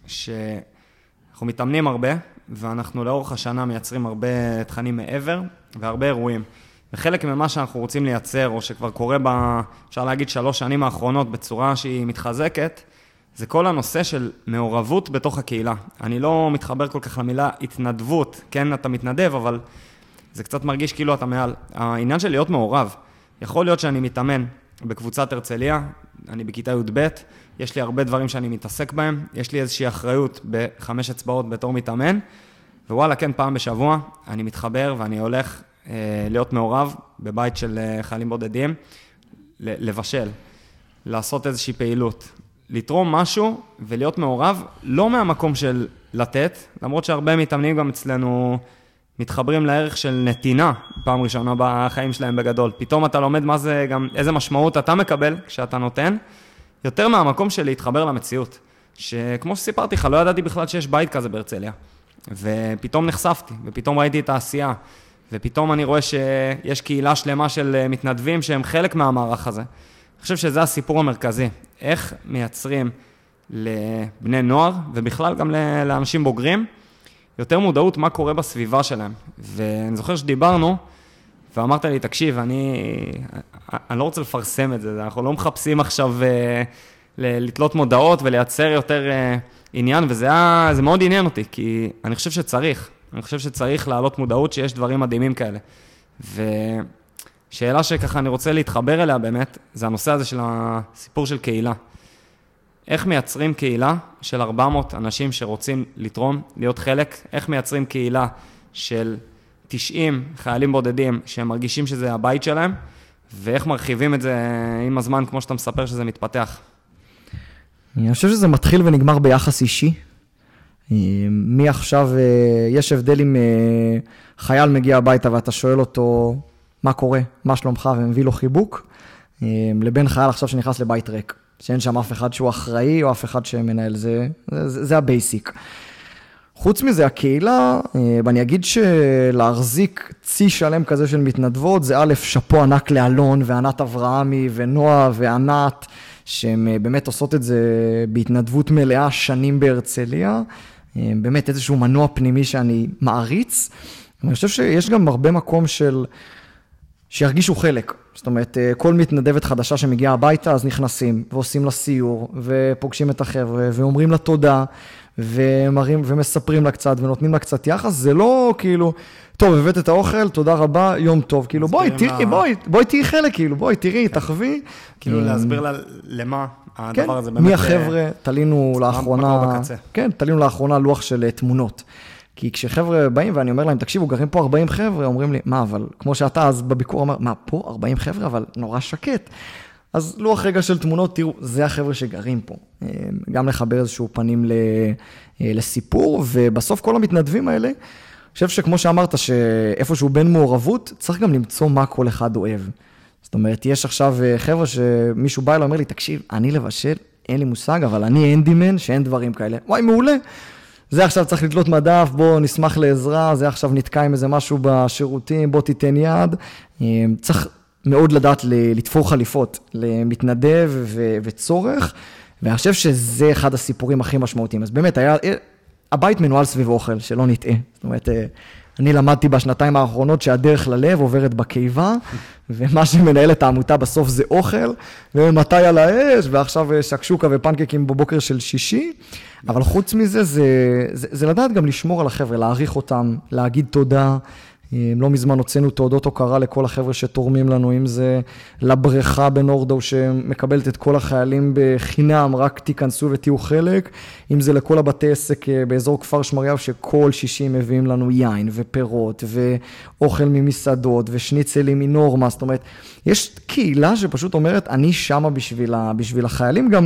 Speaker 1: שאנחנו מתאמנים הרבה, ואנחנו לאורך השנה מייצרים הרבה תכנים מעבר, והרבה אירועים. וחלק ממה שאנחנו רוצים לייצר, או שכבר קורה ב, אפשר להגיד, שלוש שנים האחרונות בצורה שהיא מתחזקת, זה כל הנושא של מעורבות בתוך הקהילה. אני לא מתחבר כל כך למילה התנדבות, כן, אתה מתנדב, אבל זה קצת מרגיש כאילו אתה מעל. העניין של להיות מעורב, יכול להיות שאני מתאמן בקבוצת הרצליה, אני בכיתה י' ב', יש לי הרבה דברים שאני מתעסק בהם, יש לי איזושהי אחריות בחמש אצבעות בתור מתאמן, ווואלה, כן, פעם בשבוע אני מתחבר ואני הולך להיות מעורב בבית של חיילים בודדים, לבשל, לעשות איזושהי פעילות, לתרום משהו ולהיות מעורב, לא מהמקום של לתת, למרות שהרבה מתאמנים גם אצלנו מתחברים לערך של נתינה, פעם ראשונה בחיים שלהם בגדול. פתאום אתה לומד מה זה, גם איזה משמעות אתה מקבל כשאתה נותן, יותר מהמקום של להתחבר למציאות, שכמו שסיפרתי לך, לא ידעתי בכלל שיש בית כזה בהרצליה, ופתאום נחשפתי, ופתאום ראיתי את העשייה, ופתאום אני רואה שיש קהילה שלמה של מתנדבים שהם חלק מהמערך הזה. אני חושב שזה הסיפור המרכזי. איך מייצרים לבני נוער, ובכלל גם לאנשים בוגרים, יותר מודעות מה קורה בסביבה שלהם. ואני זוכר שדיברנו, ואמרת לי, תקשיב, אני, אני לא רוצה לפרסם את זה, אנחנו לא מחפשים עכשיו לתלות מודעות ולייצר יותר עניין, וזה היה, זה מאוד עניין אותי, כי אני חושב שצריך. אני חושב שצריך להעלות מודעות שיש דברים מדהימים כאלה. ושאלה שככה אני רוצה להתחבר אליה באמת, זה הנושא הזה של הסיפור של קהילה. איך מייצרים קהילה של ארבע מאות אנשים שרוצים לתרום, להיות חלק? איך מייצרים קהילה של תשעים חיילים בודדים שהם מרגישים שזה הבית שלהם? ואיך מרחיבים את זה עם הזמן, כמו שאתה מספר שזה מתפתח?
Speaker 2: אני חושב שזה מתחיל ונגמר ביחס אישי. מי עכשיו, יש הבדל אם חייל מגיע הביתה ואתה שואל אותו מה קורה, מה שלומך, ומביא לו חיבוק, לבין חייל עכשיו שנכנס לבית ריק, שאין שם אף אחד שהוא אחראי או אף אחד שמנהל, זה, זה, זה הבייסיק. חוץ מזה, הקהילה, ואני אגיד שלהחזיק צי שלם כזה של מתנדבות, זה א', שפו ענק לאלון וענת אברהמי ונועה וענת, שהן באמת עושות את זה בהתנדבות מלאה שנים בהרצליה, באמת איזשהו מנוע פנימי שאני מעריץ, אני חושב שיש גם הרבה מקום של, שירגישו חלק, זאת אומרת, כל מתנדבת חדשה שמגיעה הביתה, אז נכנסים ועושים לה סיור, ופוגשים את החבר'ה, ואומרים לה תודה, ומראים, ומספרים לה קצת, ונותנים לה קצת יחס, זה לא כאילו, טוב, הבאת את האוכל, תודה רבה, יום טוב, כאילו בואי, תראי, בואי, בואי תהי חלק, כאילו, בואי, תראי, תחווי.
Speaker 1: כאילו להסביר לה למה הדבר הזה באמת...
Speaker 2: מי החבר'ה, תלינו לאחרונה, כן, תלינו לאחרונה לוח של תמונות. כי כשחבר'ה באים ואני אומר להם, תקשיבו, גרים פה ארבעים חבר'ה, אומרים לי, מה, אבל כמו שאתה אז בביקור אומר, מה, פה ארבעים חבר'ה, אבל נורא שקט. אז לוח רגע של תמונות, תראו, זה החבר'ה שגרים פה. גם לחבר איזשהו פנים לסיפור, ובסוף כל המתנדבים האלה, אני חושב שכמו שאמרת, שאיפשהו בין מעורבות, צריך גם למצוא מה כל אחד אוהב. זאת אומרת, יש עכשיו חבר'ה שמישהו בא אליי, אומר לי, תקשיב, אני לבשל, אין לי מושג, אבל אני אנדימן, שאין דברים כאלה. וואי, מעולה. זה עכשיו צריך לתלות מדף, בוא נשמח לעזרה, זה עכשיו נתקע עם איזה משהו בשירותים, בוא תיתן יד. צריך מאוד לדעת לתפור חליפות, למתנדב ו- וצורך, ואני חושב שזה אחד הסיפורים הכי משמעותיים. אז באמת, היה, הבית מנוהל סביב אוכל, שלא נטעה. זאת אומרת, אני למדתי בשנתיים האחרונות שהדרך ללב עוברת בקיבה, ומה שמנהל את העמותה בסוף זה אוכל, ומתי על האש, ועכשיו שקשוקה ופנקקים בבוקר של שישי, אבל חוץ מזה, זה, זה, זה לדעת גם לשמור על החבר'ה, להעריך אותם, להגיד תודה. לא מזמן הוצאנו תעודות הוקרה לכל החבר'ה שתורמים לנו, אם זה לבריכה בנורדו שמקבלת את כל החיילים בחינם, רק תיכנסו ותהיו חלק, אם זה לכל הבתי עסק באזור כפר שמריהו שכל שישי מביאים לנו יין ופירות ואוכל ממסעדות ושניצלים מנורמה, זאת אומרת, יש קהילה שפשוט אומרת, אני שמה בשביל, בשביל החיילים גם,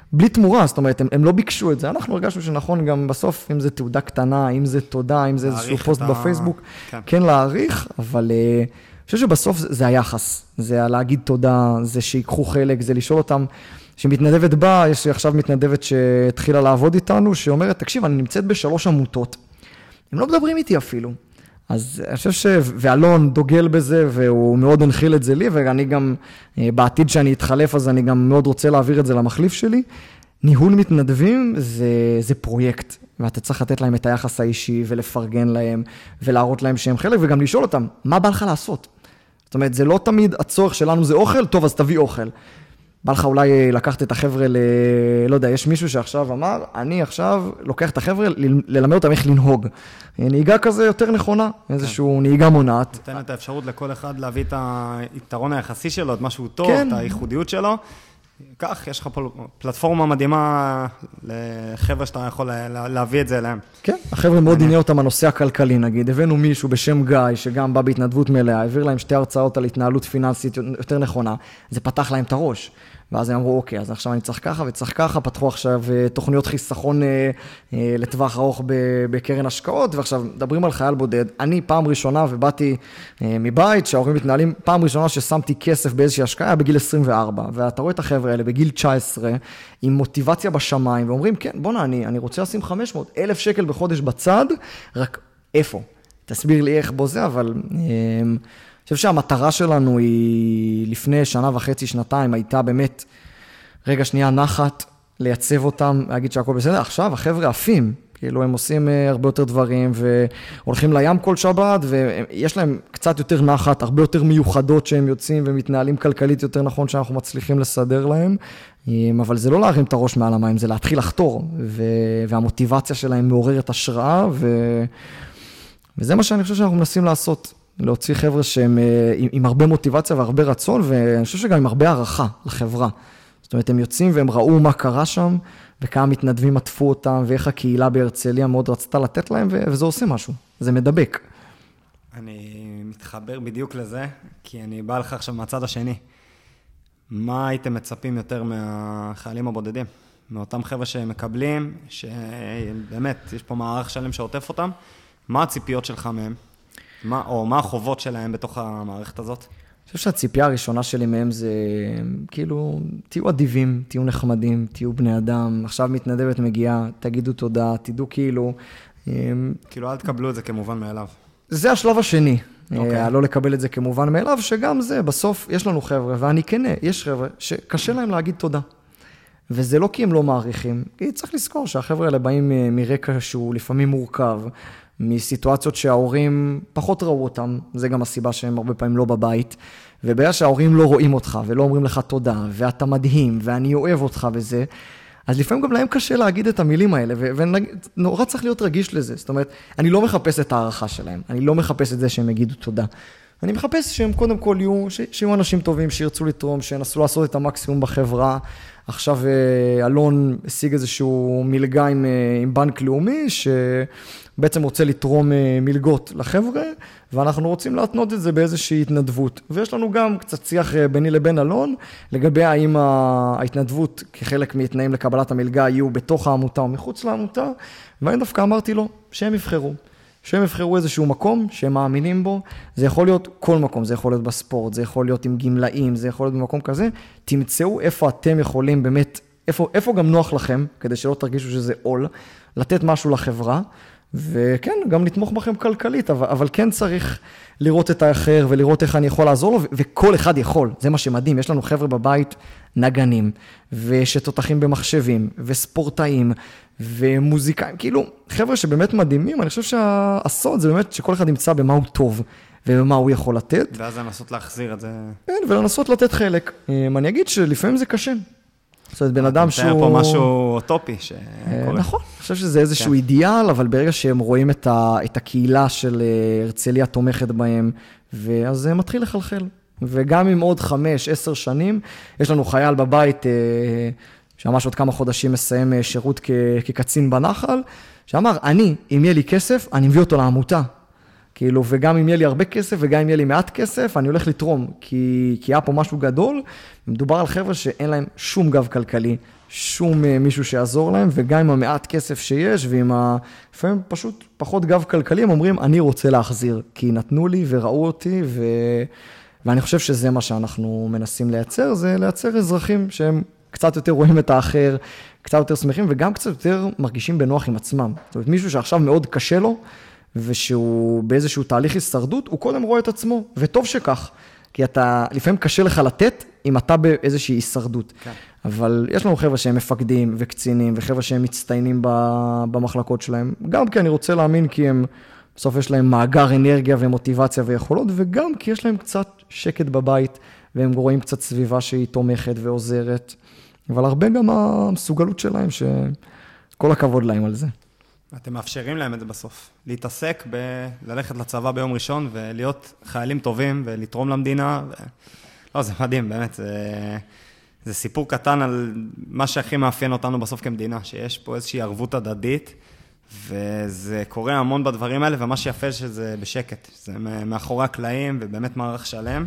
Speaker 2: בלי תמורה, זאת אומרת, הם, הם לא ביקשו את זה, אנחנו הרגשנו שנכון גם בסוף, אם זה תעודה קטנה, אם זה תודה, אם זה איזשהו פוסט ה... בפייסבוק, כן. כן להעריך, אבל אני חושב שבסוף זה, זה היחס, זה להגיד תודה, זה שיקחו חלק, זה לשאול אותם, שמתנדבת בה, יש עכשיו מתנדבת שהתחילה לעבוד איתנו, שאומרת, תקשיב, אני נמצאת בשלוש עמותות, הם לא מדברים איתי אפילו, אז אני חושב ש... ואלון דוגל בזה, והוא מאוד הנחיל את זה לי, ואני גם, בעתיד שאני אתחלף, אז אני גם מאוד רוצה להעביר את זה למחליף שלי. ניהול מתנדבים זה, זה פרויקט, ואתה צריך לתת להם את היחס האישי, ולפרגן להם, ולהראות להם שהם חלק, וגם לשאול אותם, מה בא לך לעשות? זאת אומרת, זה לא תמיד הצורך שלנו זה אוכל, טוב, אז תביא אוכל. בא לך אולי לקחת את החבר'ה ל... לא יודע, יש מישהו שעכשיו אמר, אני עכשיו לוקח את החבר'ה ללמד אותם איך לנהוג. נהיגה כזה יותר נכונה, איזשהו נהיגה מונעת.
Speaker 1: נותן את האפשרות לכל אחד להביא את היתרון היחסי שלו, את משהו טוב, את הייחודיות שלו. כך, יש לך פה פלטפורמה מדהימה לחבר'ה שאתה יכול להביא את זה אליהם.
Speaker 2: כן, החבר'ה מאוד עניין אותם הנושא הכלכלי, נגיד. הבאנו מישהו בשם גיא, שגם בא בהתנדבות מלאה, העביר להם שתי הרצאות על התנהלות פיננסית יותר נכונה, זה פתח להם את הראש. ואז הם אמרו, אוקיי, אז עכשיו אני צריך ככה וצריך ככה, פתחו עכשיו תוכניות חיסכון אה, אה, לטווח ארוך בקרן השקעות, ועכשיו מדברים על חייל בודד. אני פעם ראשונה ובאתי אה, מבית, שההורים מתנהלים, פעם ראשונה ששמתי כסף באיזושהי השקעה, בגיל עשרים וארבע, ואתה רואה את החבר'ה האלה בגיל תשע עשרה, עם מוטיבציה בשמיים, ואומרים, כן, בוא נה, אני, אני רוצה לשים חמש מאות אלף שקל בחודש בצד, רק איפה? תסביר לי איך בו זה, אבל... אה, אני חושב שהמטרה שלנו היא לפני שנה וחצי, שנתיים, הייתה באמת רגע שנייה נחת, לייצב אותם, להגיד שהכל בסדר. עכשיו החבר'ה עפים, כאילו הם עושים הרבה יותר דברים, והולכים לים כל שבת, ויש להם קצת יותר נחת, הרבה יותר מיוחדות שהם יוצאים, ומתנהלים כלכלית יותר נכון, שאנחנו מצליחים לסדר להם, אבל זה לא להרים את הראש מעל המים, זה להתחיל לחתור, והמוטיבציה שלהם מעוררת השראה, וזה מה שאני חושב שאנחנו מנסים לעשות. להוציא חבר'ה שהם עם, עם הרבה מוטיבציה והרבה רצון, ואני חושב שגם עם הרבה הערכה לחברה. זאת אומרת, הם יוצאים והם ראו מה קרה שם, וכמה מתנדבים עטפו אותם, ואיך הקהילה בהרצליה מאוד רצתה לתת להם, וזה עושה משהו, זה מדבק.
Speaker 1: אני מתחבר בדיוק לזה, כי אני בא לך עכשיו מהצד השני. מה הייתם מצפים יותר מהחיילים הבודדים? מאותם חבר'ה שמקבלים, שבאמת יש פה מערך שלם שעוטף אותם, מה הציפיות שלך מהם? מה, או מה החובות שלהם בתוך המערכת הזאת?
Speaker 2: אני חושב שהציפייה הראשונה שלי מהם זה, כאילו, תהיו אדיבים, תהיו נחמדים, תהיו בני אדם, עכשיו מתנדבת מגיעה, תגידו תודה, תדעו כאילו...
Speaker 1: כאילו, אל תקבלו את זה כמובן מאליו.
Speaker 2: זה השלב השני, okay. לא לקבל את זה כמובן מאליו, שגם זה, בסוף יש לנו חבר'ה, ואני כן, יש חבר'ה שקשה להם להגיד תודה. וזה לא כי הם לא מעריכים, כי צריך לזכור שהחבר'ה האלה באים מרקע שהוא לפעמים מורכב, מסיטואציות שההורים פחות ראו אותם, זה גם הסיבה שהם הרבה פעמים לא בבית, ובגלל שההורים לא רואים אותך ולא אומרים לך תודה, ואתה מדהים, ואני אוהב אותך וזה, אז לפעמים גם להם קשה להגיד את המילים האלה, ונורא צריך להיות רגיש לזה, זאת אומרת, אני לא מחפש את הערכה שלהם, אני לא מחפש את זה שהם יגידו תודה, אני מחפש שהם קודם כל יהיו, שיהיו אנשים טובים, שירצו לתרום, שינסו לעשות את המקסימום בחברה. עכשיו אלון השיג איזשהו מלגה עם, עם בנק לאומי, שבעצם רוצה לתרום מלגות לחבר'ה, ואנחנו רוצים להתנות את זה באיזושהי התנדבות. ויש לנו גם קצת שיח ביני לבין אלון, לגבי האם ההתנדבות כחלק מתנאים לקבלת המלגה יהיו בתוך העמותה או מחוץ לעמותה, ואני דווקא אמרתי לו שהם יבחרו. שהם יבחרו איזשהו מקום שהם מאמינים בו, זה יכול להיות כל מקום, זה יכול להיות בספורט, זה יכול להיות עם גמלאים, זה יכול להיות במקום כזה, תמצאו איפה אתם יכולים באמת, איפה, איפה גם נוח לכם, כדי שלא תרגישו שזה עול, לתת משהו לחברה, וכן, גם לתמוך בכם כלכלית, אבל, אבל כן צריך לראות את האחר, ולראות איך אני יכול לעזור לו, וכל אחד יכול, זה מה שמדהים, יש לנו חבר'ה בבית נגנים, ושתותחים במחשבים, וספורטאים, ומוזיקאים, כאילו, חבר'ה שבאמת מדהימים, אני חושב שהסוד זה באמת שכל אחד ימצא במה הוא טוב, ובמה הוא יכול לתת.
Speaker 1: ואז לנסות להחזיר את זה.
Speaker 2: כן, ולנסות לתת חלק. אני אגיד שלפעמים זה קשה. זאת אומרת, בן אדם שהוא...
Speaker 1: אתה פה משהו אוטופי
Speaker 2: שקורה. נכון, אני חושב שזה איזשהו אידיאל, אבל ברגע שהם רואים את הקהילה של הרצליה תומכת בהם, ואז זה מתחיל לחלחל. וגם עם עוד חמש, עשר שנים, יש לנו חייל בבית... שממש עוד כמה חודשים מסיים שירות כ- כקצין בנחל, שאמר, אני, אם יהיה לי כסף, אני מביא אותו לעמותה. כאילו, וגם אם יהיה לי הרבה כסף, וגם אם יהיה לי מעט כסף, אני הולך לתרום, כי, כי היה פה משהו גדול, מדובר על חבר'ה שאין להם שום גב כלכלי, שום מישהו שיעזור להם, וגם עם המעט כסף שיש, ועם ה... לפעמים פשוט פחות גב כלכלי, הם אומרים, אני רוצה להחזיר, כי נתנו לי וראו אותי, ו... ואני חושב שזה מה שאנחנו מנסים לייצר, זה לייצר אזרחים שהם קצת יותר רואים את האחר, קצת יותר שמחים, וגם קצת יותר מרגישים בנוח עם עצמם. זאת אומרת, מישהו שעכשיו מאוד קשה לו, ושהוא באיזשהו תהליך הישרדות, הוא קודם רואה את עצמו, וטוב שכך. כי אתה, לפעמים קשה לך לתת, אם אתה באיזושהי הישרדות. כן. אבל יש לנו חבר'ה שהם מפקדים וקצינים, וחבר'ה שהם מצטיינים במחלקות שלהם. גם כי אני רוצה להאמין, כי הם, בסוף יש להם מאגר אנרגיה ומוטיבציה ויכולות, וגם כי יש להם קצת שקט בבית, והם רואים קצת סביבה שהיא תומכת ועוזרת. אבל הרבה גם המסוגלות שלהם, שכל הכבוד להם על זה.
Speaker 1: אתם מאפשרים להם את זה בסוף. להתעסק בללכת לצבא ביום ראשון, ולהיות חיילים טובים, ולתרום למדינה. ו... לא, זה מדהים, באמת. זה, זה סיפור קטן על מה שהכי מאפיין אותנו בסוף כמדינה, שיש פה איזושהי ערבות הדדית, וזה קורה המון בדברים האלה, ומה שיפה שזה בשקט. זה מאחורי הקלעים, ובאמת מערך שלם.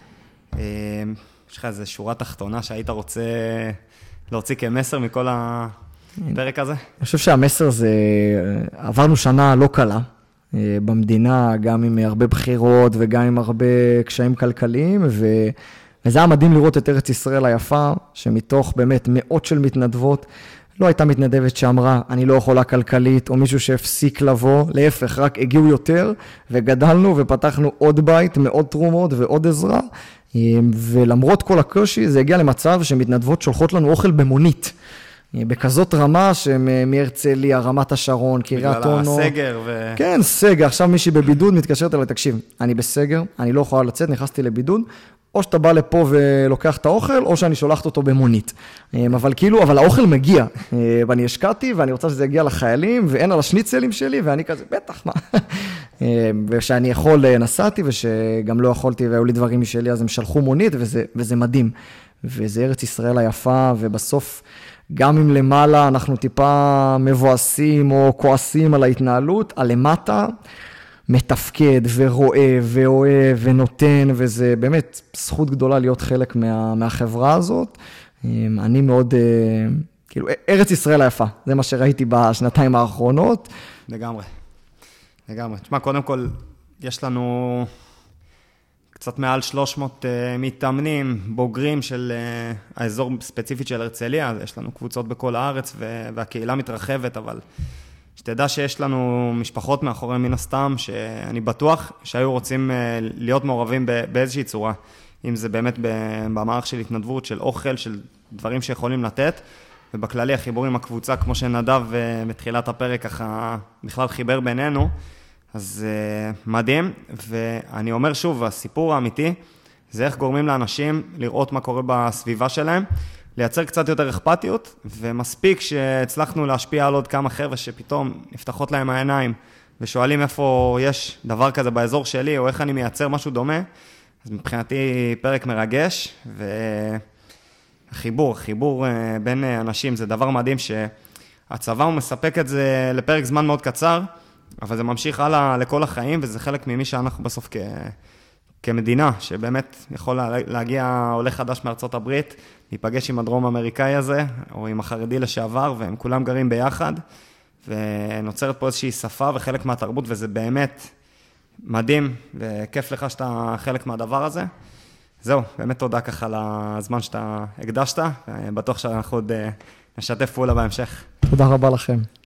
Speaker 1: יש לך איזו שורה תחתונה שהיית רוצה להוציא כמסר מכל הפרק הזה? אני
Speaker 2: חושב שהמסר זה, עברנו שנה לא קלה במדינה, גם עם הרבה בחירות וגם עם הרבה קשיים כלכליים, ו... וזה היה מדהים לראות את ארץ ישראל היפה, שמתוך באמת מאות של מתנדבות, לא הייתה מתנדבת שאמרה, אני לא יכולה כלכלית, או מישהו שהפסיק לבוא, להפך, רק הגיעו יותר, וגדלנו ופתחנו עוד בית, מאוד תרומות ועוד עזרה, ולמרות כל הקושי, זה הגיע למצב שמתנדבות שולחות לנו אוכל במונית, בכזאת רמה שמהרצליה, רמת השרון, קריית אונו.
Speaker 1: בגלל הסגר ו...
Speaker 2: כן, סגר. עכשיו מישהי בבידוד מתקשרת אליי, תקשיב, אני בסגר, אני לא יכולה לצאת, נכנסתי לבידוד, או שאתה בא לפה ולוקח את האוכל, או שאני שולחת אותו במונית. אבל כאילו, אבל האוכל מגיע, ואני השקעתי, ואני רוצה שזה יגיע לחיילים, ואין על השניצלים שלי, ואני כזה, בטח, מה? ושאני יכול, נסעתי, ושגם לא יכולתי, והיו לי דברים משלי, אז הם שלחו מונית, וזה, וזה מדהים. וזה ארץ ישראל היפה, ובסוף, גם אם למעלה אנחנו טיפה מבואסים, או כועסים על ההתנהלות, על למטה, מתפקד ורואה ואוהב ונותן, וזה באמת זכות גדולה להיות חלק מה, מהחברה הזאת. אני מאוד, כאילו, ארץ ישראל היפה, זה מה שראיתי בשנתיים האחרונות.
Speaker 1: לגמרי, לגמרי. תשמע, קודם כל, יש לנו קצת מעל שלוש מאות מתאמנים, בוגרים של האזור ספציפית של הרצליה, יש לנו קבוצות בכל הארץ, והקהילה מתרחבת, אבל... שתדע שיש לנו משפחות מאחורי מן הסתם, שאני בטוח שהיו רוצים להיות מעורבים באיזושהי צורה, אם זה באמת במערך של התנדבות, של אוכל, של דברים שיכולים לתת, ובכללי החיבור עם הקבוצה, כמו שנדב מתחילת הפרק ככה בכלל חיבר בינינו, אז מדהים, ואני אומר שוב, הסיפור האמיתי, זה איך גורמים לאנשים לראות מה קורה בסביבה שלהם, לייצר קצת יותר אכפתיות, ומספיק שהצלחנו להשפיע על עוד כמה חבר'ה שפתאום נפתחות להם העיניים, ושואלים איפה יש דבר כזה באזור שלי, או איך אני מייצר משהו דומה, אז מבחינתי פרק מרגש, והחיבור, חיבור בין אנשים, זה דבר מדהים שהצבא הוא מספק את זה לפרק זמן מאוד קצר, אבל זה ממשיך הלאה לכל החיים, וזה חלק ממי שאנחנו בסוף כ... כמדינה, שבאמת יכול להגיע עולה חדש מארצות הברית, להיפגש עם הדרום האמריקאי הזה, או עם החרדי לשעבר, והם כולם גרים ביחד, ונוצרת פה איזושהי שפה וחלק מהתרבות, וזה באמת מדהים, וכיף לך שאתה חלק מהדבר הזה. זהו, באמת תודה ככה לזמן שאתה הקדשת, ובטוח שאנחנו עוד נשתף פעולה בהמשך.
Speaker 2: תודה רבה לכם.